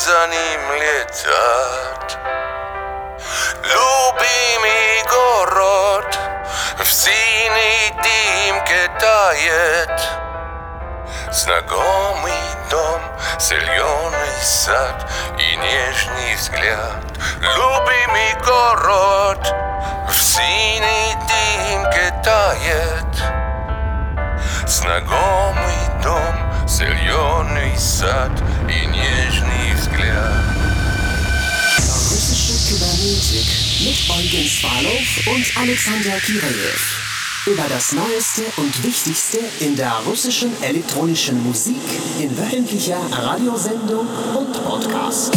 за ним летят. Любимый город в синей дымке тает. Знакомый дом, зеленый сад и нежный взгляд. Любимый город в синей дымке тает. Знакомый дом, зеленый сад и нежный взгляд. Russische Kybernetik mit Eugen Swalow und Alexander Kireyev. Über das Neueste und Wichtigste in der russischen elektronischen Musik in wöchentlicher Radiosendung und Podcast.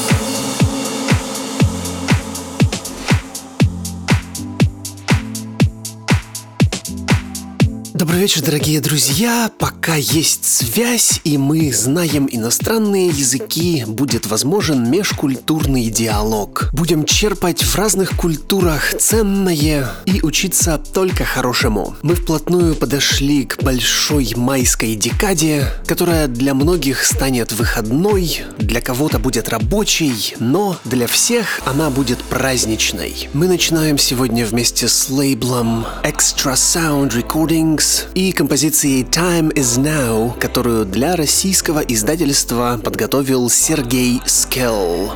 Добрый вечер, дорогие друзья. Пока есть связь и мы знаем иностранные языки, будет возможен межкультурный диалог. Будем черпать в разных культурах ценное и учиться только хорошему. Мы вплотную подошли к большой майской декаде, которая для многих станет выходной, для кого-то будет рабочей, но для всех она будет праздничной. Мы начинаем сегодня вместе с лейблом Extra Sound Recordings и композицией Time Is Now, которую для российского издательства подготовил Сергей Скелл.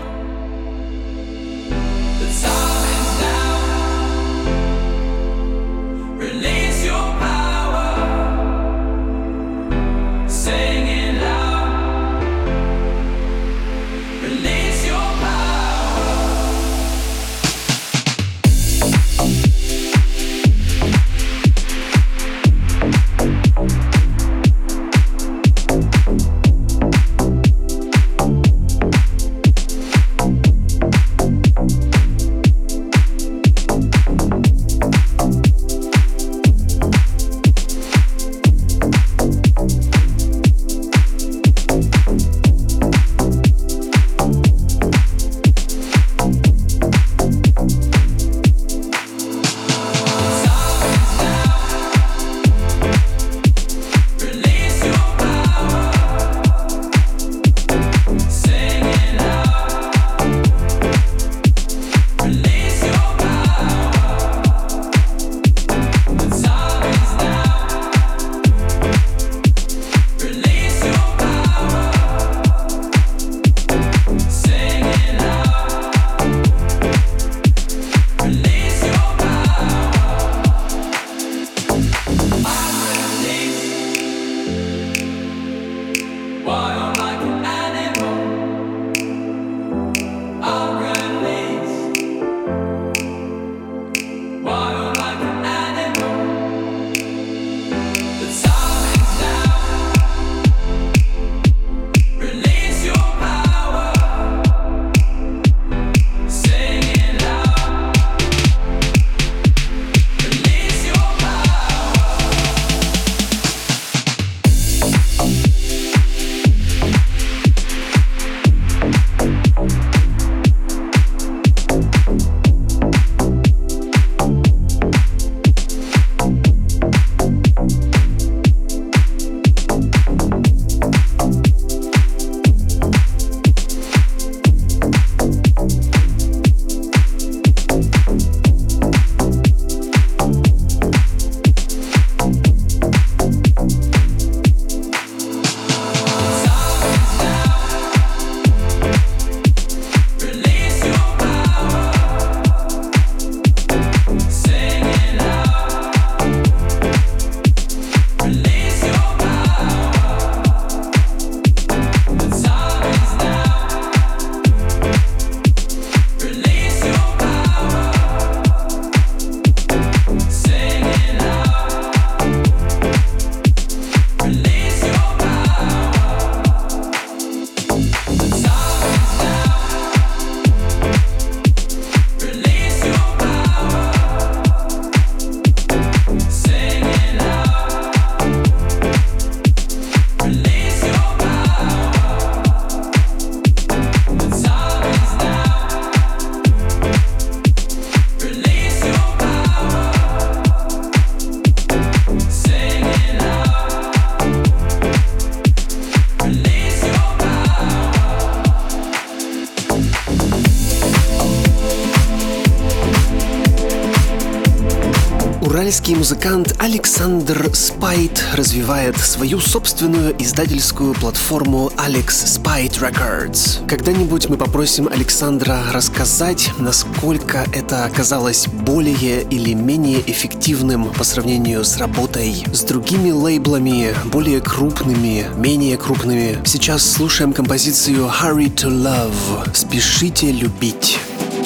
уральский музыкант Александр Спайт развивает свою собственную издательскую платформу Alex Spite Records. Когда-нибудь мы попросим Александра рассказать, насколько это оказалось более или менее эффективным по сравнению с работой с другими лейблами, более крупными, менее крупными. Сейчас слушаем композицию Hurry to Love. Спешите любить.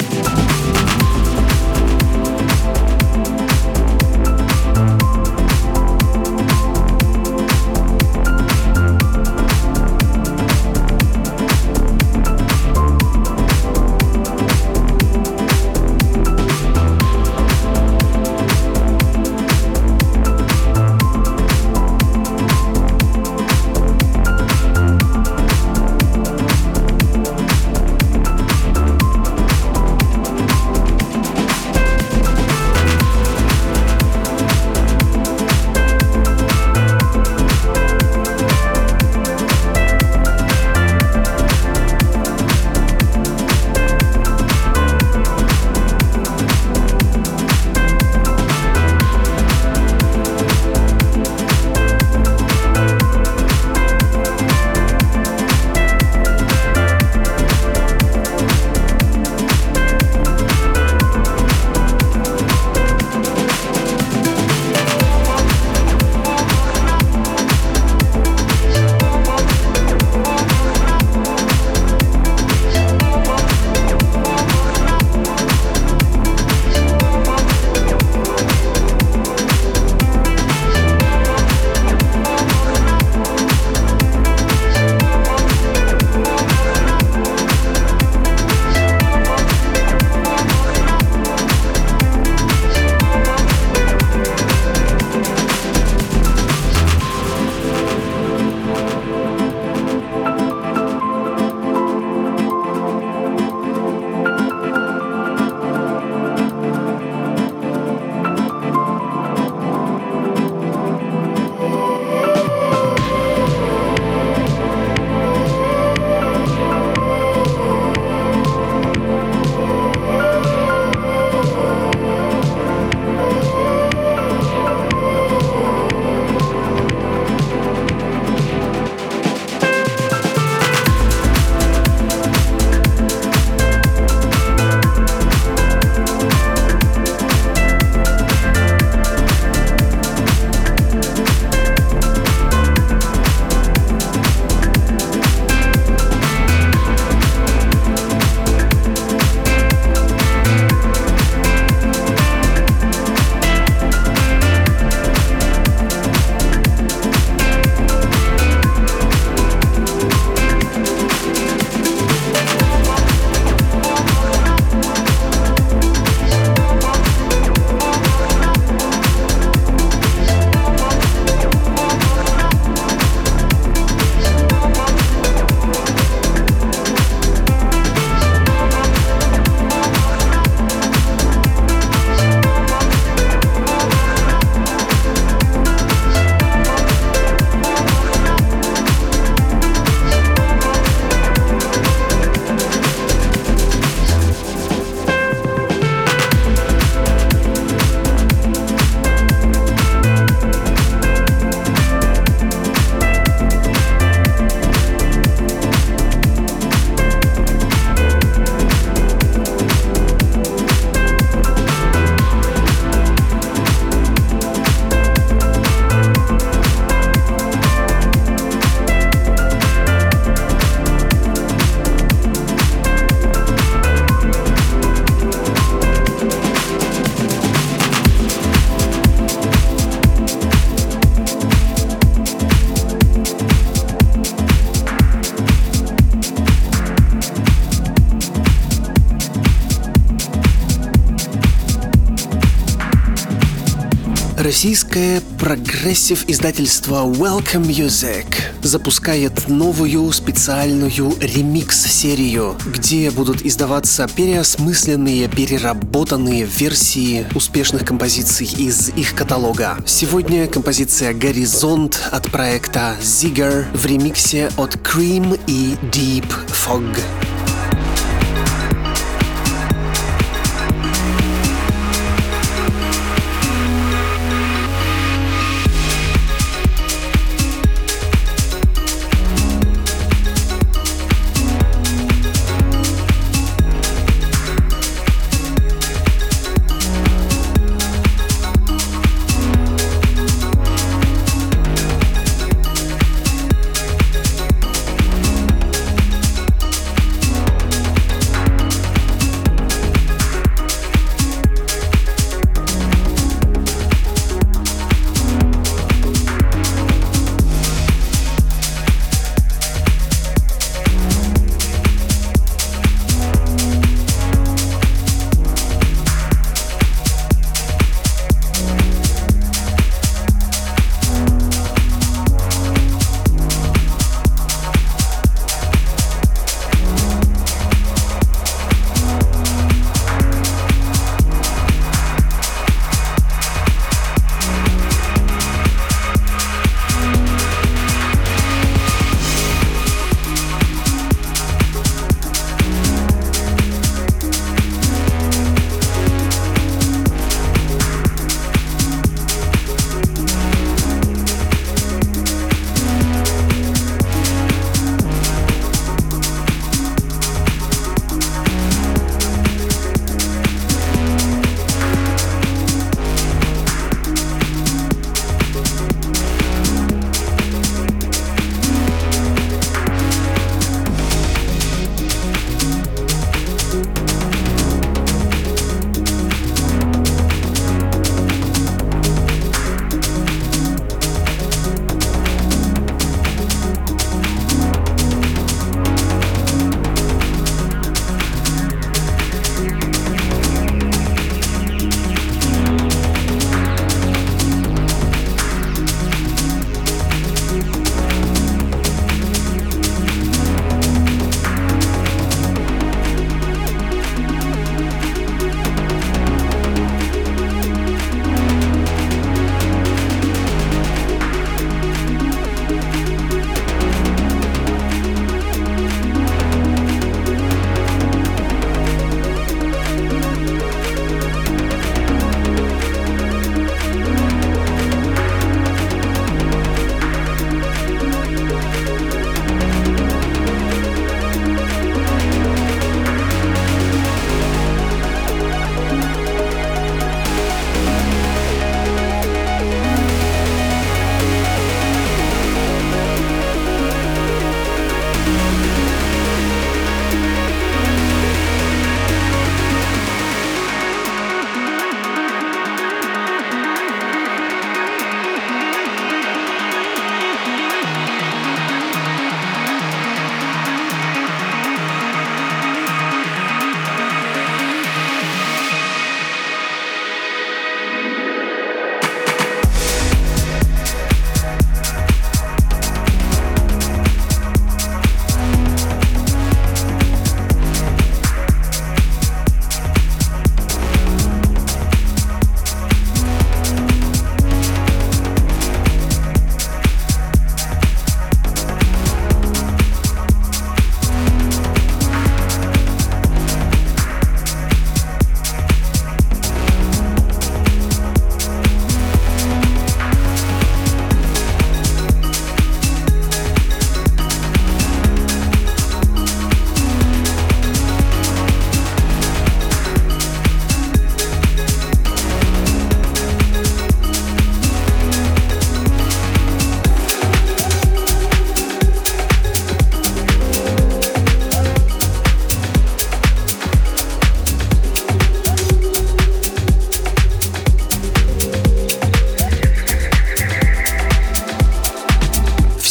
Российское прогрессив-издательство Welcome Music запускает новую специальную ремикс-серию, где будут издаваться переосмысленные, переработанные версии успешных композиций из их каталога. Сегодня композиция «Горизонт» от проекта Zigger в ремиксе от Cream и Deep Fog.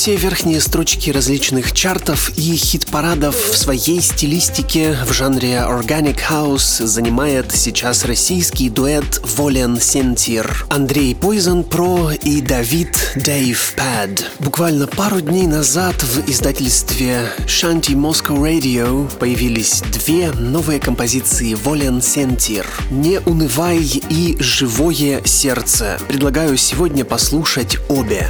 все верхние строчки различных чартов и хит-парадов в своей стилистике в жанре Organic House занимает сейчас российский дуэт Volen Sentir. Андрей Poison Pro и Давид Dave Pad. Буквально пару дней назад в издательстве Shanty Moscow Radio появились две новые композиции Volen Sentir. «Не унывай» и «Живое сердце». Предлагаю сегодня послушать обе.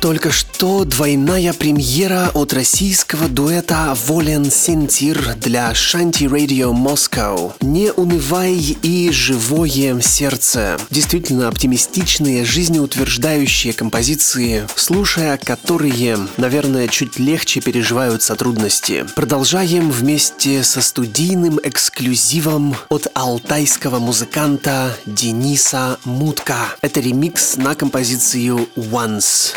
Только что двойная премьера от российского дуэта Волен Сентир для Shanty Radio Moscow. Не унывай и живое сердце. Действительно оптимистичные, жизнеутверждающие композиции, слушая которые, наверное, чуть легче переживаются трудности. Продолжаем вместе со студийным эксклюзивом от алтайского музыканта Дениса Мутка. Это ремикс на композицию Once.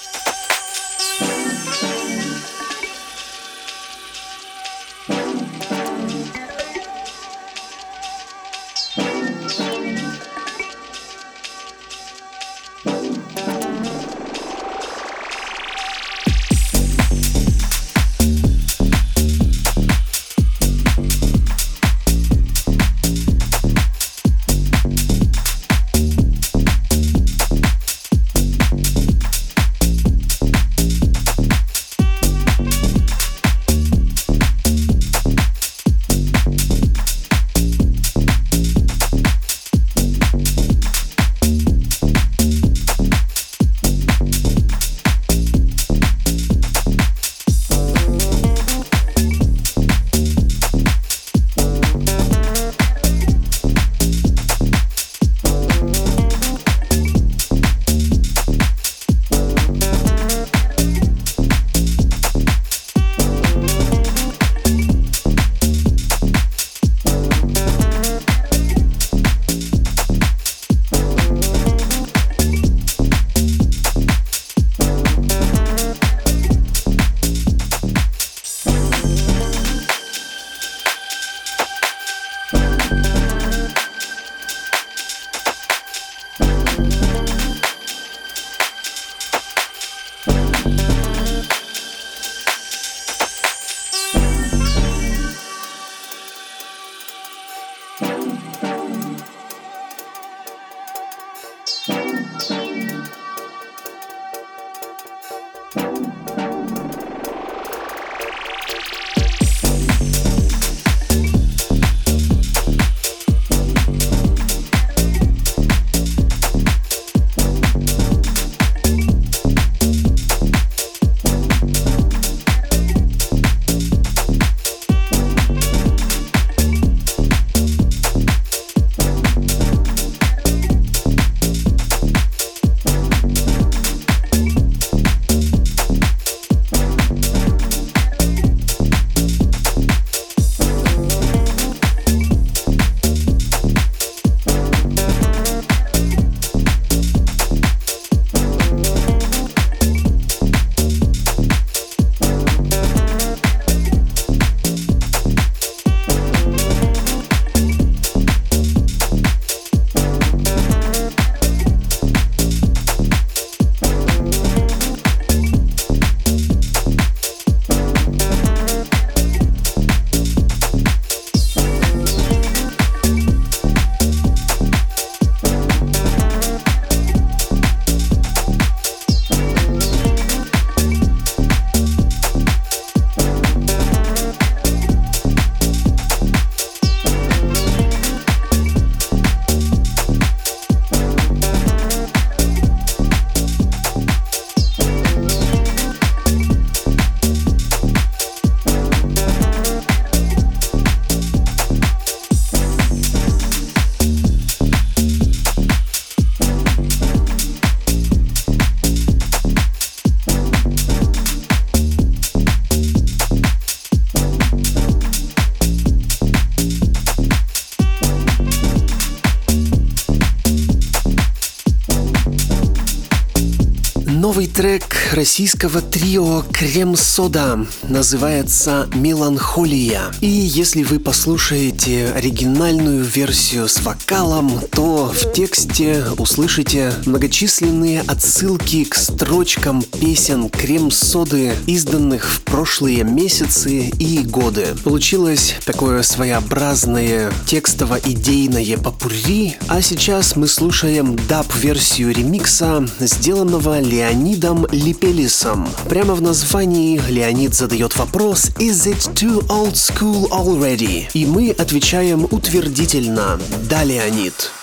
Новый трек российского трио Крем-Сода называется «Меланхолия». И если вы послушаете оригинальную версию с вокалом, то в тексте услышите многочисленные отсылки к строчкам песен Крем-Соды, изданных в прошлые месяцы и годы. Получилось такое своеобразное текстово-идейное попурри, а сейчас мы слушаем даб-версию ремикса, сделанного Леонидом Липелисом. Прямо в названии Леонид задает вопрос «Is it too old school already?» И мы отвечаем утвердительно «Да, Леонид».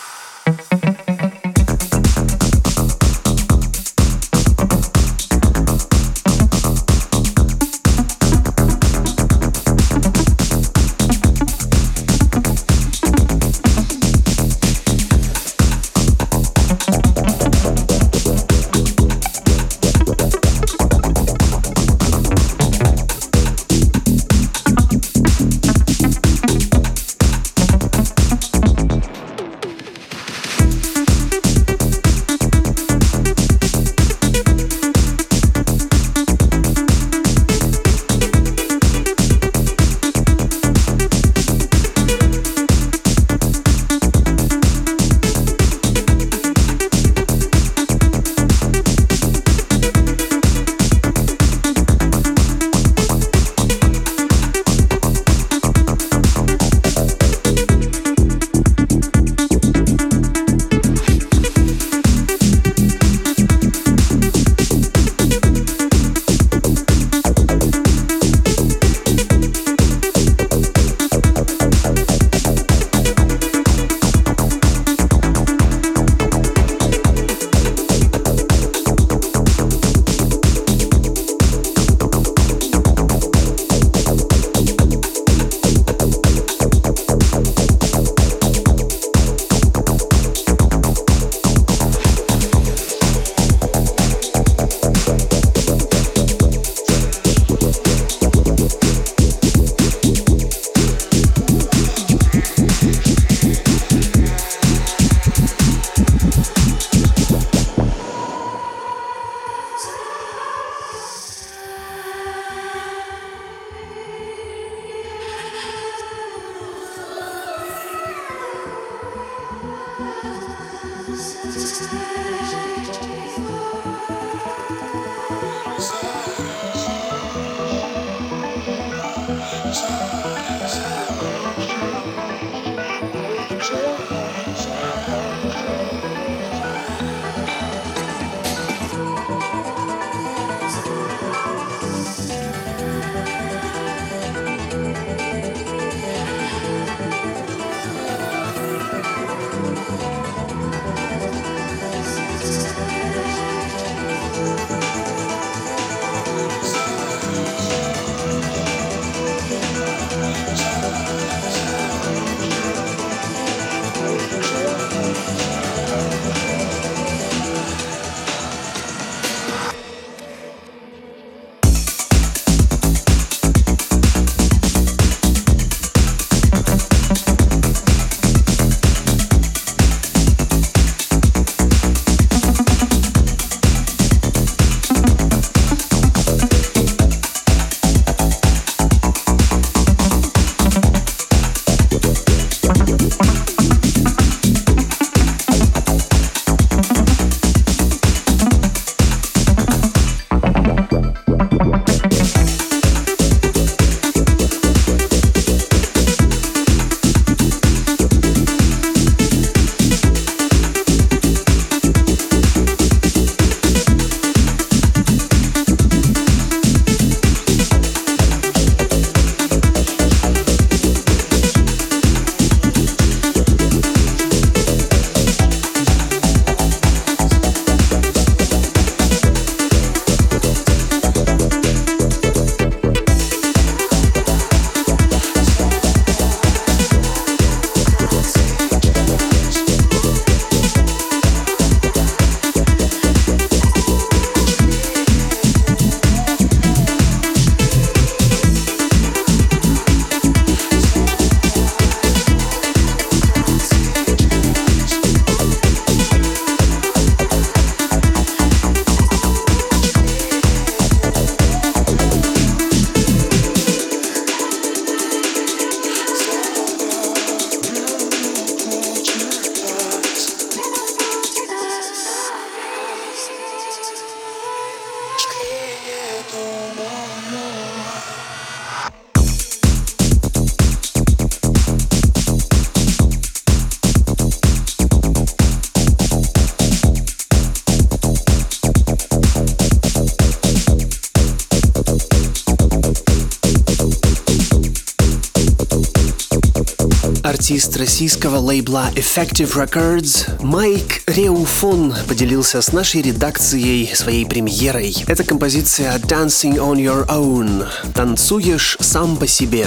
Артист российского лейбла Effective Records Майк Реуфон поделился с нашей редакцией своей премьерой. Это композиция Dancing on Your Own. Танцуешь сам по себе.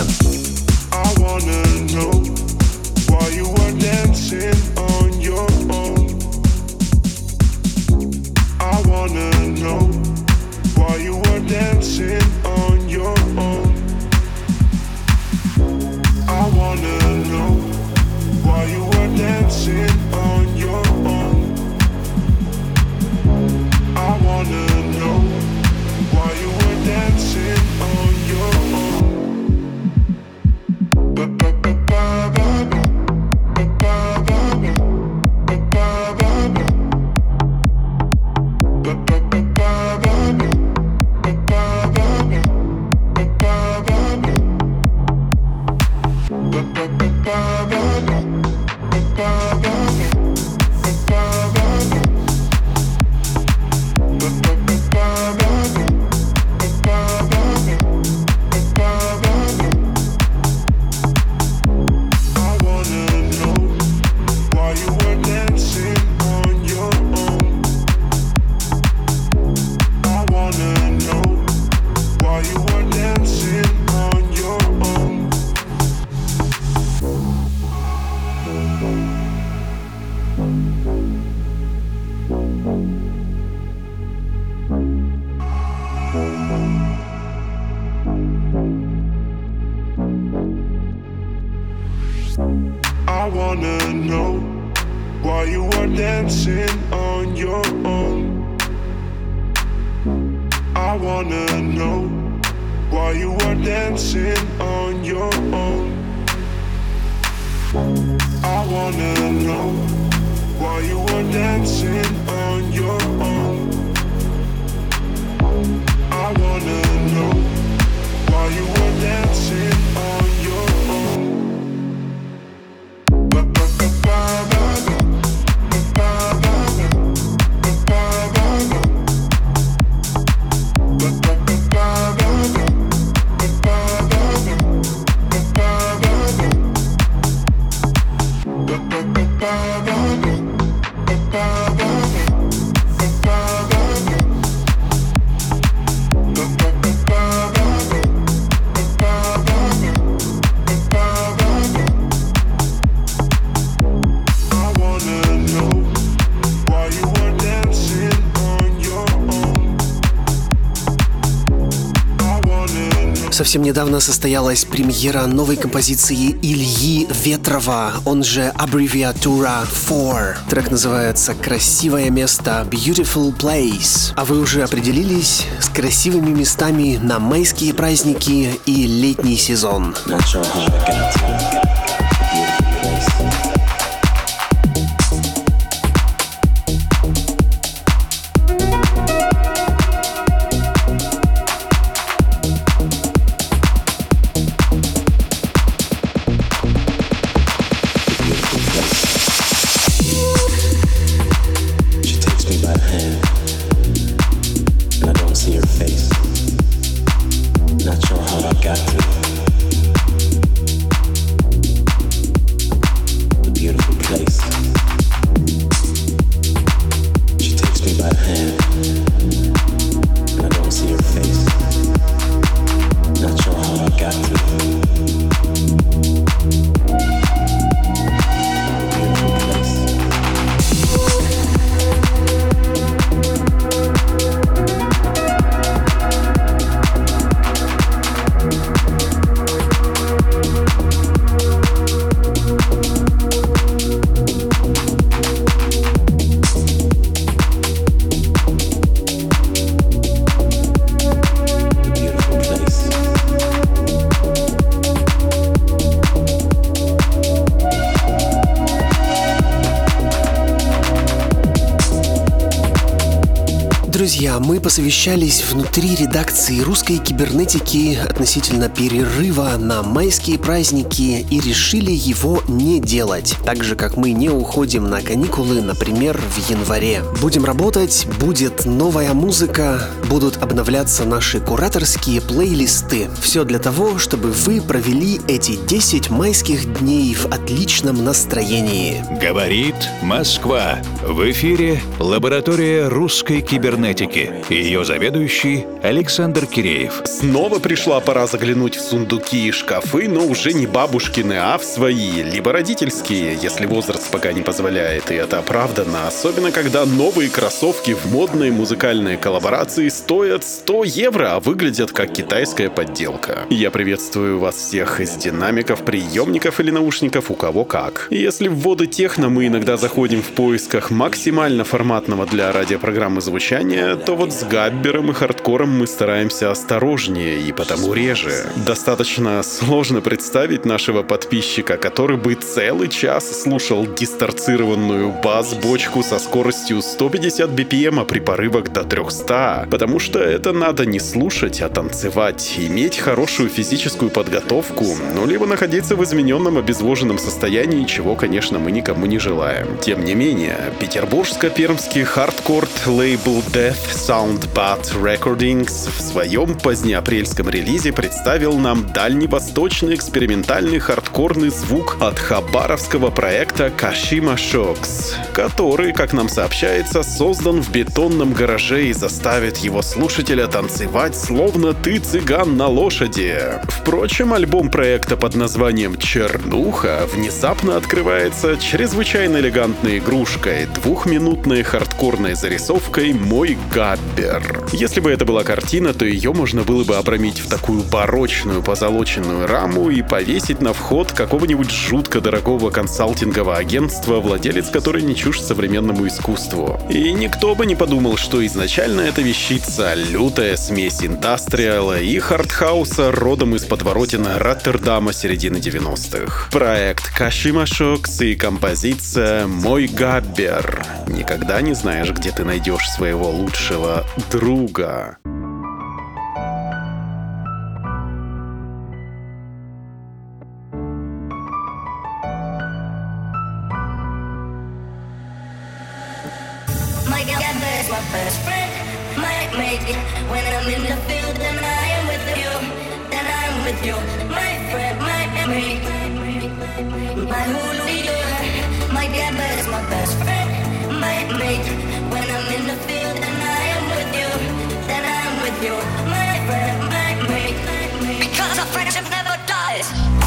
I wanna know why you are dancing on your own. I wanna know why you are dancing on your own. I wanna know why While you were dancing on your own, I wanna know. While you were dancing on your own. Совсем недавно состоялась премьера новой композиции Ильи Ветрова, он же аббревиатура 4. Трек называется «Красивое место» Beautiful Place. А вы уже определились с красивыми местами на майские праздники и летний сезон? Друзья, мы посовещались внутри редакции «Русской кибернетики» относительно перерыва на майские праздники и решили его не делать. Так же, как мы не уходим на каникулы, например, в январе. Будем работать, будет новая музыка, будут обновляться наши кураторские плейлисты. Все для того, чтобы вы провели эти 10 майских дней в отличном настроении. Говорит Москва. В эфире лаборатория русской кибернетики. Ее заведующий Александр Киреев. Снова пришла пора заглянуть в сундуки и шкафы, но уже не бабушкины, а в свои, либо родительские, если возраст пока не позволяет, и это оправдано, особенно когда новые кроссовки в модной музыкальной коллаборации стоят 100 евро, а выглядят как китайская подделка. Я приветствую вас всех из динамиков, приемников или наушников, у кого как. Если в воды техно мы иногда заходим в поисках максимально форматного для радиопрограммы звучания, то вот с габбером и хардкором мы стараемся осторожнее и потому реже. Достаточно сложно представить нашего подписчика, который бы целый час слушал дисторцированную бас-бочку со скоростью 150 BPM при порывах до 300, потому что это надо не слушать, а танцевать, иметь хорошую физическую подготовку, ну либо находиться в измененном обезвоженном состоянии, чего, конечно, мы никому не желаем. Тем не менее, петербургско-пермский хардкор лейбл Death Soundbat Recordings в своем позднеапрельском релизе представил нам дальневосточный экспериментальный хардкорный звук от хабаровского проекта Kashima Shocks, который, как нам сообщается, создан в бетонном гараже и заставит его слушателя танцевать, словно ты цыган на лошади. Впрочем, альбом проекта под названием «Чернуха» внезапно открывается чрезвычайно элегантной игрушкой, двухминутной хардкорной зарисовкой «Мой «Мой Габбер». Если бы это была картина, то ее можно было бы обрамить в такую барочную позолоченную раму и повесить на вход какого-нибудь жутко дорогого консалтингового агентства, владелец которой не чужд современному искусству. И никто бы не подумал, что изначально эта вещица — лютая смесь индастриала и хардхауса родом из подворотен Роттердама середины 90-х. Проект Кашима Шокс и композиция «Мой Габбер». Никогда не знаешь, где ты найдешь своего лучшего друга. My Gabber is my best friend, my mate. When I'm in the field, then I am with you. Then I'm with you, my friend, my mate. My hooligan, my Gabber is my best friend, my mate. When I'm in the field, then I am with you. Then I'm with you, my friend, my mate. Because our friendship never dies.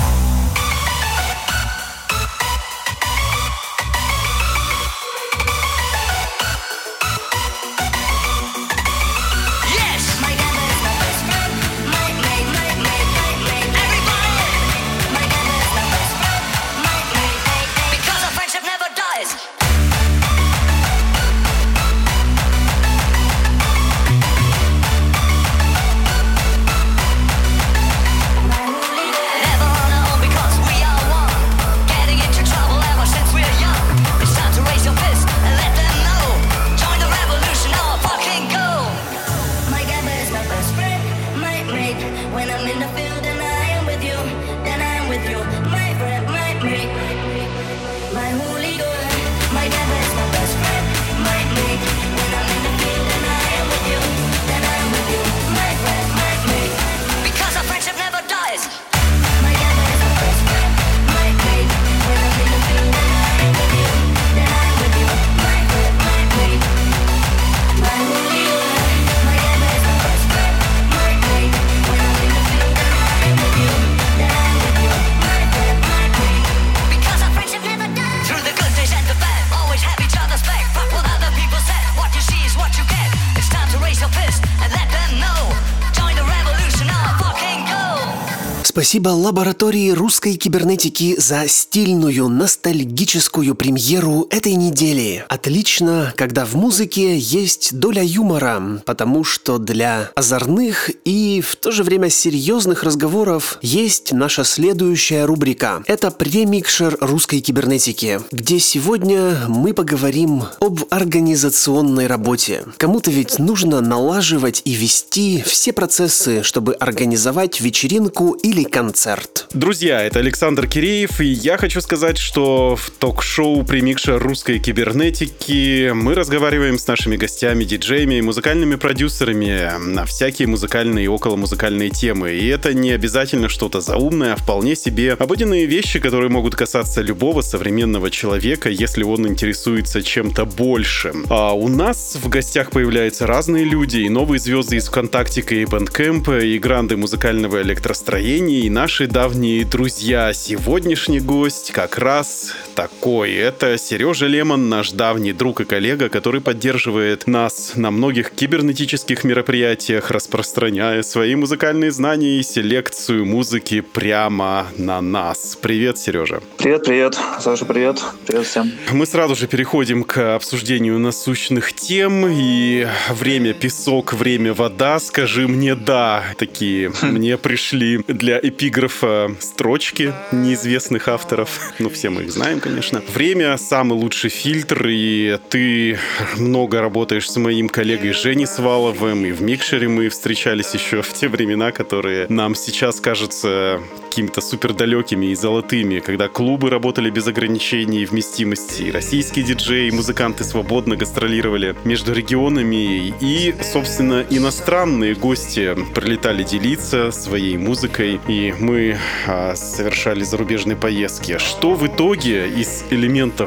Спасибо лаборатории русской кибернетики за стильную, ностальгическую премьеру этой недели. Отлично, когда в музыке есть доля юмора, потому что для озорных и в то же время серьезных разговоров есть наша следующая рубрика. Это премикшер русской кибернетики, где сегодня мы поговорим об организационной работе. Кому-то ведь нужно налаживать и вести все процессы, чтобы организовать вечеринку или концерт. Друзья, это Александр Киреев, и я хочу сказать, что в ток-шоу «Премикшер русской кибернетики» мы разговариваем с нашими гостями, диджеями и музыкальными продюсерами на всякие музыкальные и околомузыкальные темы. И это не обязательно что-то заумное, а вполне себе обыденные вещи, которые могут касаться любого современного человека, если он интересуется чем-то большим. А у нас в гостях появляются разные люди, и новые звезды из ВКонтактика и Бэндкэмпа, и гранды музыкального электростроения, и наши давние друзья. Сегодняшний гость как раз такой. Это Сережа Лемон, наш давний друг и коллега, который поддерживает нас на многих кибернетических мероприятиях, распространяя свои музыкальные знания и селекцию музыки прямо на нас. Привет, Сережа. Привет. Саша, привет. Привет всем. Мы сразу же переходим к обсуждению насущных тем. И время песок, время вода. Скажи мне да. Такие мне пришли для эпиграфа строчки неизвестных авторов. Ну, все мы их знаем, конечно. Время — самый лучший фильтр, и ты много работаешь с моим коллегой Женей Сваловым, и в микшере мы встречались еще в те времена, которые нам сейчас кажутся какими-то супердалекими и золотыми, когда клубы работали без ограничений и вместимости, и российские диджеи и музыканты свободно гастролировали между регионами, и, собственно, иностранные гости прилетали делиться своей музыкой, и мы совершали зарубежные поездки. Что в итоге из элементов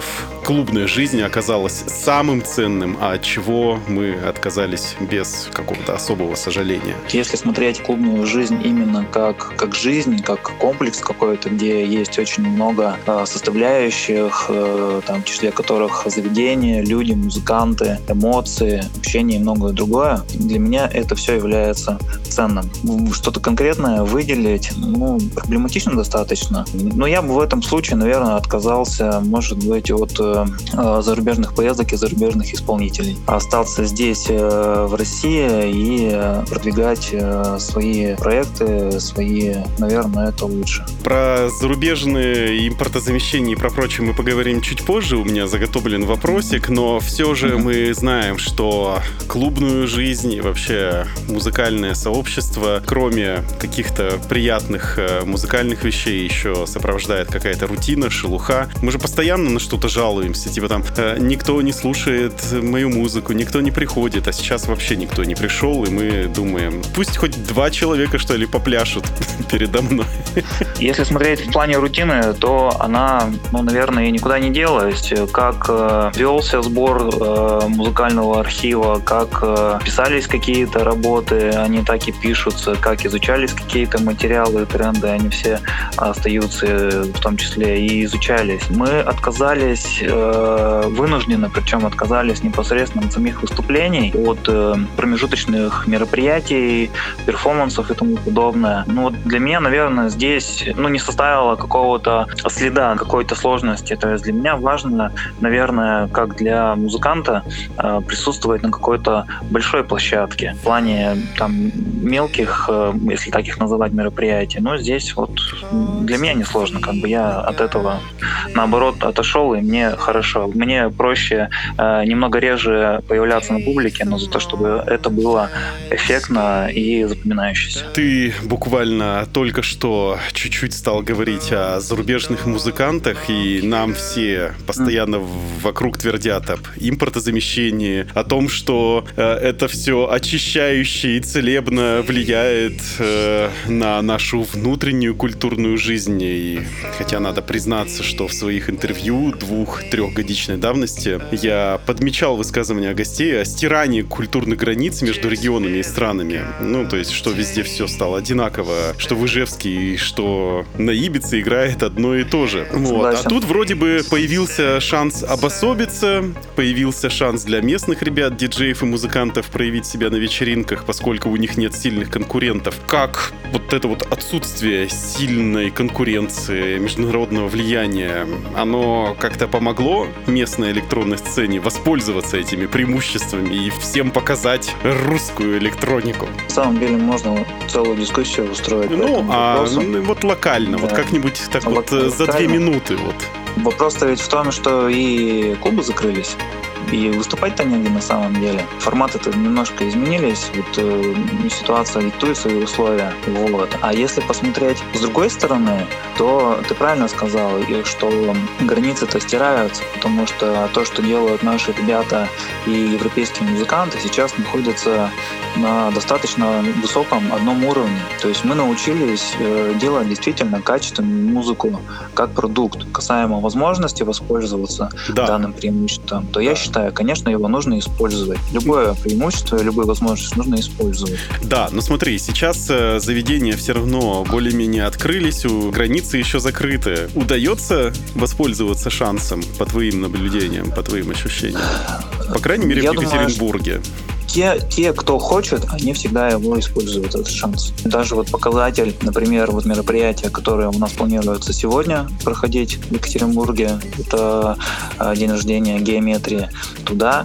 клубная жизнь оказалась самым ценным, а от чего мы отказались без какого-то особого сожаления? Если смотреть клубную жизнь именно как жизнь, как комплекс какой-то, где есть очень много составляющих, там, в числе которых заведения, люди, музыканты, эмоции, общение и многое другое, для меня это все является ценным. Что-то конкретное выделить, проблематично достаточно. Но я бы в этом случае, наверное, отказался, может быть, от зарубежных поездок и зарубежных исполнителей. Остался здесь, в России, и продвигать свои проекты, наверное, это лучше. Про зарубежные импортозамещения и про прочее мы поговорим чуть позже. У меня заготовлен вопросик, но все же мы знаем, что клубную жизнь и вообще музыкальное сообщество, кроме каких-то приятных музыкальных вещей, еще сопровождает какая-то рутина, шелуха. Мы же постоянно на что-то жалуемся, типа там никто не слушает мою музыку, никто не приходит, а сейчас вообще никто не пришел, и мы думаем, пусть хоть 2 человека, что ли, попляшут передо мной. Если смотреть в плане рутины, то она, наверное, и никуда не делась. Как велся сбор музыкального архива, как писались какие-то работы, они так и пишутся, как изучались какие-то материалы, тренды, они все остаются, в том числе и изучались. Мы отказались вынужденно, причем отказались непосредственно от самих выступлений, от промежуточных мероприятий, перформансов и тому подобное. Для меня, наверное, здесь не составило какого-то следа, какой-то сложности. То есть для меня важно, наверное, как для музыканта, присутствовать на какой-то большой площадке. В плане там мелких, если так их называть, мероприятий. Но здесь вот для меня не сложно. Я от этого, наоборот, отошел, и мне хорошо. Мне проще немного реже появляться на публике, но за то, чтобы это было эффектно и запоминающееся. Ты буквально только что чуть-чуть стал говорить о зарубежных музыкантах, и нам все постоянно вокруг твердят об импортозамещении, о том, что это все очищающе и целебно влияет на нашу внутреннюю культурную жизнь. И хотя надо признаться, что в своих интервью 2-3-годичной давности я подмечал высказывания гостей о стирании культурных границ между регионами и странами. То есть, что везде все стало одинаково, что в Ижевске, что на Ибице играет одно и то же. А тут вроде бы появился шанс обособиться, появился шанс для местных ребят, диджеев и музыкантов проявить себя на вечеринках, поскольку у них нет сильных конкурентов. Как вот это вот отсутствие сильной конкуренции, международного влияния, оно как-то помогло местной электронной сцене воспользоваться этими преимуществами и всем показать русскую электронику? На самом деле можно целую дискуссию устроить. Вот локально, вот как-нибудь так за 2 минуты. Вопрос-то ведь в том, что и клубы закрылись, и выступать-то негде на самом деле. Форматы-то немножко изменились, ситуация диктует свои условия. А если посмотреть с другой стороны, то ты правильно сказал, что границы-то стираются, потому что то, что делают наши ребята и европейские музыканты, сейчас находятся на достаточно высоком одном уровне. То есть мы научились делать действительно качественную музыку как продукт. Касаемо возможности воспользоваться данным преимуществом, то я считаю, конечно, его нужно использовать. Любое преимущество, любую возможность нужно использовать. Да, но смотри, сейчас заведения все равно более-менее открылись, границы еще закрыты. Удается воспользоваться шансом, по твоим наблюдениям, по твоим ощущениям? По крайней мере, в Екатеринбурге. Те, кто хочет, они всегда его используют, этот шанс. Даже показатель, например, мероприятия, которые у нас планируется сегодня проходить в Екатеринбурге, это день рождения геометрии, туда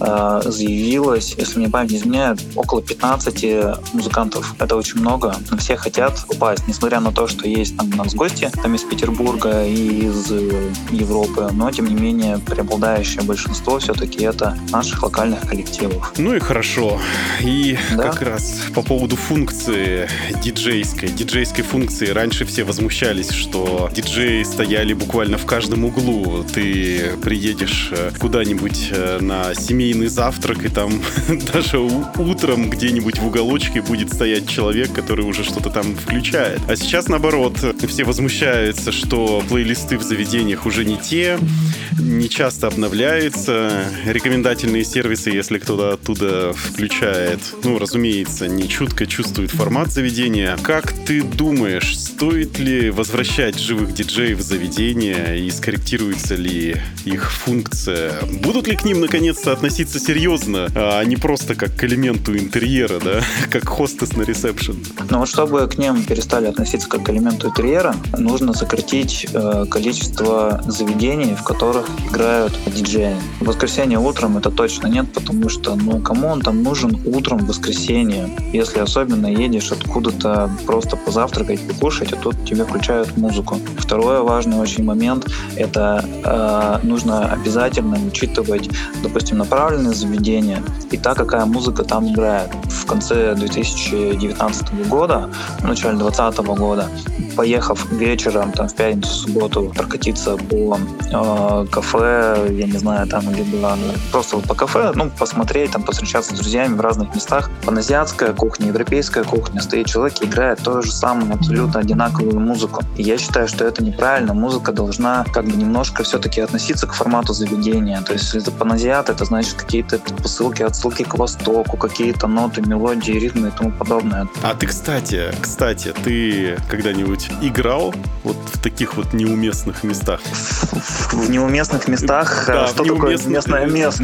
заявилось, если мне память не изменяет, около 15 музыкантов. Это очень много. Все хотят попасть, несмотря на то, что есть там у нас гости там из Петербурга и из Европы, но тем не менее преобладающее большинство все-таки это наших локальных коллективов. И хорошо. И как раз по поводу функции диджейской функции. Раньше все возмущались, что диджеи стояли буквально в каждом углу. Ты приедешь куда-нибудь на семейный семейный завтрак, и там даже утром где-нибудь в уголочке будет стоять человек, который уже что-то там включает. А сейчас, наоборот, все возмущаются, что плейлисты в заведениях уже не те, не часто обновляются. Рекомендательные сервисы, если кто-то оттуда включает, разумеется, не чутко чувствует формат заведения. Как ты думаешь, стоит ли возвращать живых диджеев в заведения и скорректируется ли их функция? Будут ли к ним наконец-то относиться серьезно, а не просто как к элементу интерьера, да? Как хостес на ресепшн? Чтобы к ним перестали относиться как к элементу интерьера, нужно сократить количество заведений, в которых играют диджеи. В воскресенье утром это точно нет, потому что, кому он там нужен утром в воскресенье, если особенно едешь откуда-то просто позавтракать, покушать, а тут тебе включают музыку. Второй важный очень момент — это нужно обязательно учитывать, допустим, направленное заведение и та, какая музыка там играет. В конце 2019 года, в начале 2020 года, поехав вечером в пятницу, субботу прокатиться по кафе, я не знаю, либо просто по кафе, посмотреть, повстречаться с друзьями в разных местах. Паназиатская кухня, европейская кухня, стоит человек и играет ту же самую абсолютно одинаковую музыку. И я считаю, что это неправильно. Музыка должна немножко все-таки относиться к формату заведения. То есть, если это паназиат, это значит какие-то посылки, отсылки к Востоку, какие-то ноты, мелодии, ритмы и тому подобное. А ты, кстати, ты когда-нибудь играл в таких неуместных местах? В неуместных местах? Да, что такое местное место?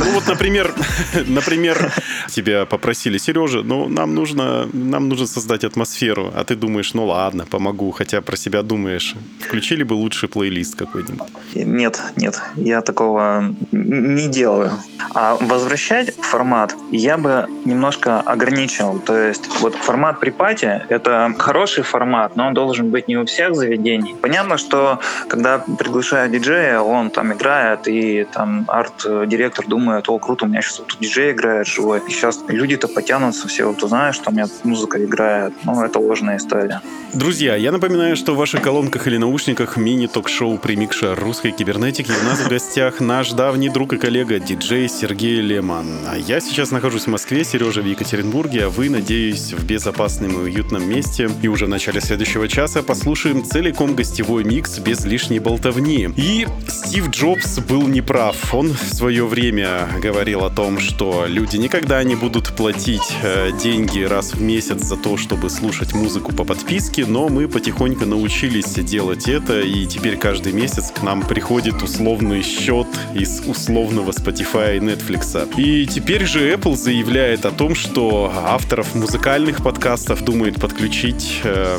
Например, тебя попросили: Сережа, нам нужно создать атмосферу, а ты думаешь, ладно, помогу, хотя про себя думаешь, включили бы лучший плейлист какой-нибудь? Нет, я такого не делаю. А возвращать формат я бы немножко ограничил. То есть формат при-пати — это хороший формат, но он должен быть не у всех заведений. Понятно, что когда приглашают диджея, он играет, и арт-директор думает: о, круто, у меня сейчас тут диджей играет живой. И сейчас люди-то потянутся, все узнают, что у меня музыка играет. Это ложная история. Друзья, я напоминаю, что в ваших колонках или наушниках мини-ток-шоу «Примикша русской кибернетики». У нас в гостях наш давний друг и коллега, диджей Сергей Леман. А я сейчас нахожусь в Москве, Сережа в Екатеринбурге, а вы, надеюсь, в безопасном и уютном месте. И уже в начале следующего часа послушаем целиком гостевой микс без лишней болтовни. И Стив Джобс был неправ. Он в свое время говорил о том, что люди никогда не будут платить деньги раз в месяц за то, чтобы слушать музыку по подписке, но мы потихоньку научились делать это, и теперь каждый месяц к нам приходит условный счет из условного Spotify и Netflix. И теперь же Apple заявляет о том, что авторов музыкальных подкастов думает подключить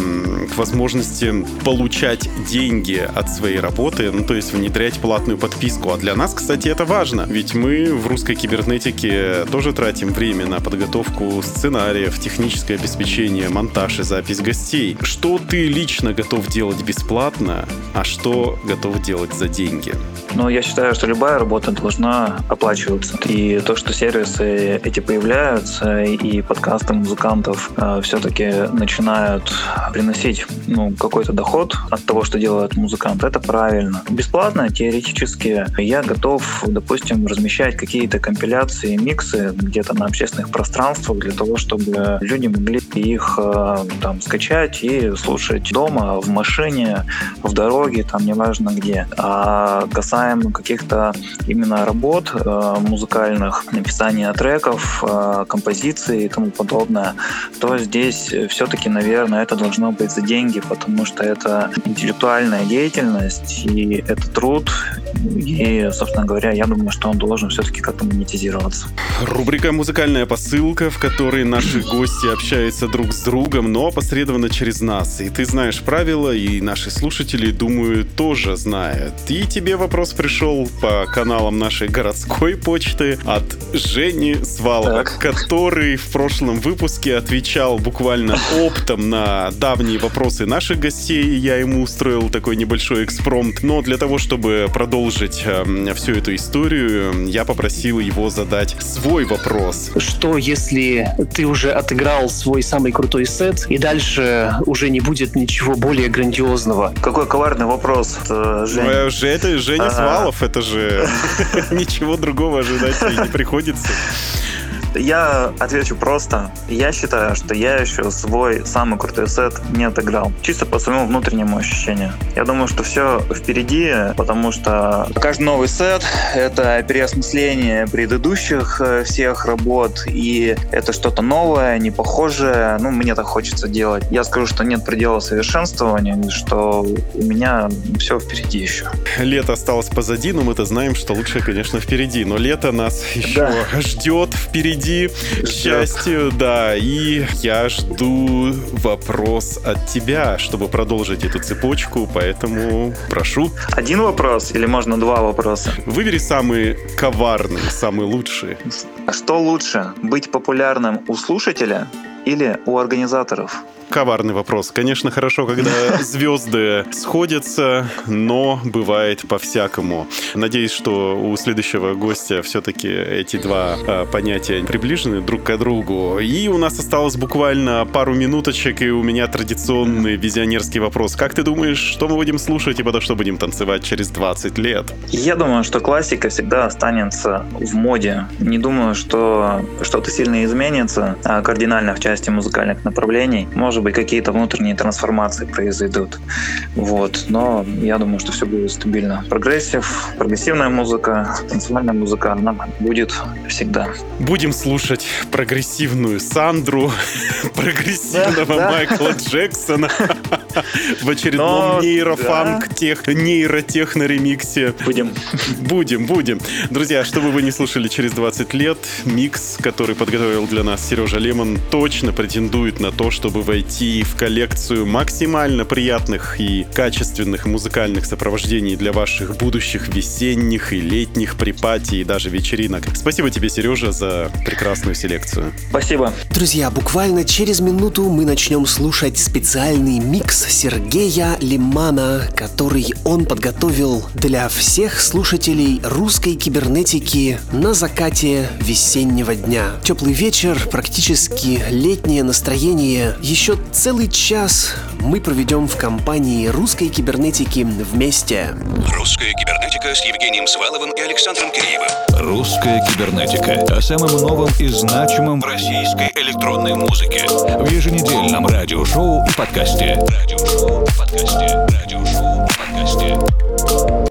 к возможности получать деньги от своей работы, то есть внедрять платную подписку. А для нас, кстати, это важно, ведь мы в русской кибернетике тоже тратим время на подготовку сценариев, техническое обеспечение, монтаж и запись гостей. Что ты лично готов делать бесплатно, а что готов делать за деньги? Я считаю, что любая работа должна оплачиваться. И то, что сервисы эти появляются, и подкасты музыкантов все-таки начинают приносить какой-то доход от того, что делает музыкант, это правильно. Бесплатно, теоретически, я готов, допустим, размещать какие-то компиляции, миксы где-то на общественных пространствах для того, чтобы люди могли их скачать и слушать дома, в машине, в дороге, неважно где. А касаемо каких-то именно работ музыкальных, написания треков, композиций и тому подобное, то здесь все-таки, наверное, это должно быть за деньги, потому что это интеллектуальная деятельность, и это труд, и, собственно говоря, я думаю, что он должен все-таки как-то монетизироваться. Рубрика «Музыкальная посылка», в которой наши гости общаются друг с другом, но опосредованно через нас. И ты знаешь правила, и наши слушатели, думаю, тоже знают. И тебе вопрос пришел по каналам нашей городской почты от Жени Свалова, который в прошлом выпуске отвечал буквально оптом на давние вопросы наших гостей. Я ему устроил такой небольшой экспромт. Но для того, чтобы продолжить продолжить всю эту историю, я попросил его задать свой вопрос. Что, если ты уже отыграл свой самый крутой сет, и дальше уже не будет ничего более грандиозного? Какой коварный вопрос, Женя. Это Женя Свалов, это же ничего другого ожидать не приходится. Я отвечу просто. Я считаю, что я еще свой самый крутой сет не отыграл. Чисто по своему внутреннему ощущению. Я думаю, что все впереди, потому что каждый новый сет — это переосмысление предыдущих всех работ, и это что-то новое, не похожее. Мне так хочется делать. Я скажу, что нет предела совершенствования, что у меня все впереди еще. Лето осталось позади, но мы-то знаем, что лучшее, конечно, впереди. Но лето нас еще ждет впереди. К счастью, да. И я жду вопрос от тебя, чтобы продолжить эту цепочку, поэтому прошу. Один вопрос или можно два вопроса? Выбери самый коварный, самый лучший. А что лучше, быть популярным у слушателя или у организаторов? Коварный вопрос. Конечно, хорошо, когда звезды сходятся, но бывает по-всякому. Надеюсь, что у следующего гостя все-таки эти два понятия приближены друг к другу. И у нас осталось буквально пару минуточек, и у меня традиционный визионерский вопрос. Как ты думаешь, что мы будем слушать и потому что будем танцевать через 20 лет? Я думаю, что классика всегда останется в моде. Не думаю, что что-то сильно изменится кардинально в части музыкальных направлений. Может быть, какие-то внутренние трансформации произойдут. Но я думаю, что все будет стабильно. Прогрессивная музыка, танцевальная музыка, она будет всегда. Будем слушать прогрессивную Сандру, прогрессивного Майкла Джексона в очередном нейротехно-ремиксе. Будем. Друзья, что бы вы не слушали через 20 лет, микс, который подготовил для нас Сережа Лемон, точно претендует на то, чтобы войти в коллекцию максимально приятных и качественных музыкальных сопровождений для ваших будущих весенних и летних припати и даже вечеринок. Спасибо тебе, Сережа, за прекрасную селекцию. Спасибо. Друзья, буквально через минуту мы начнем слушать специальный микс Сергея Лемона, который он подготовил для всех слушателей русской кибернетики на закате весеннего дня. Теплый вечер, практически летнее настроение. Еще целый час мы проведем в компании русской кибернетики вместе. Русская кибернетика с Евгением Сваловым и Александром Киреевым. Русская кибернетика о самом новом и значимом в российской электронной музыке в еженедельном радиошоу и подкасте. Радиошоу и подкасте.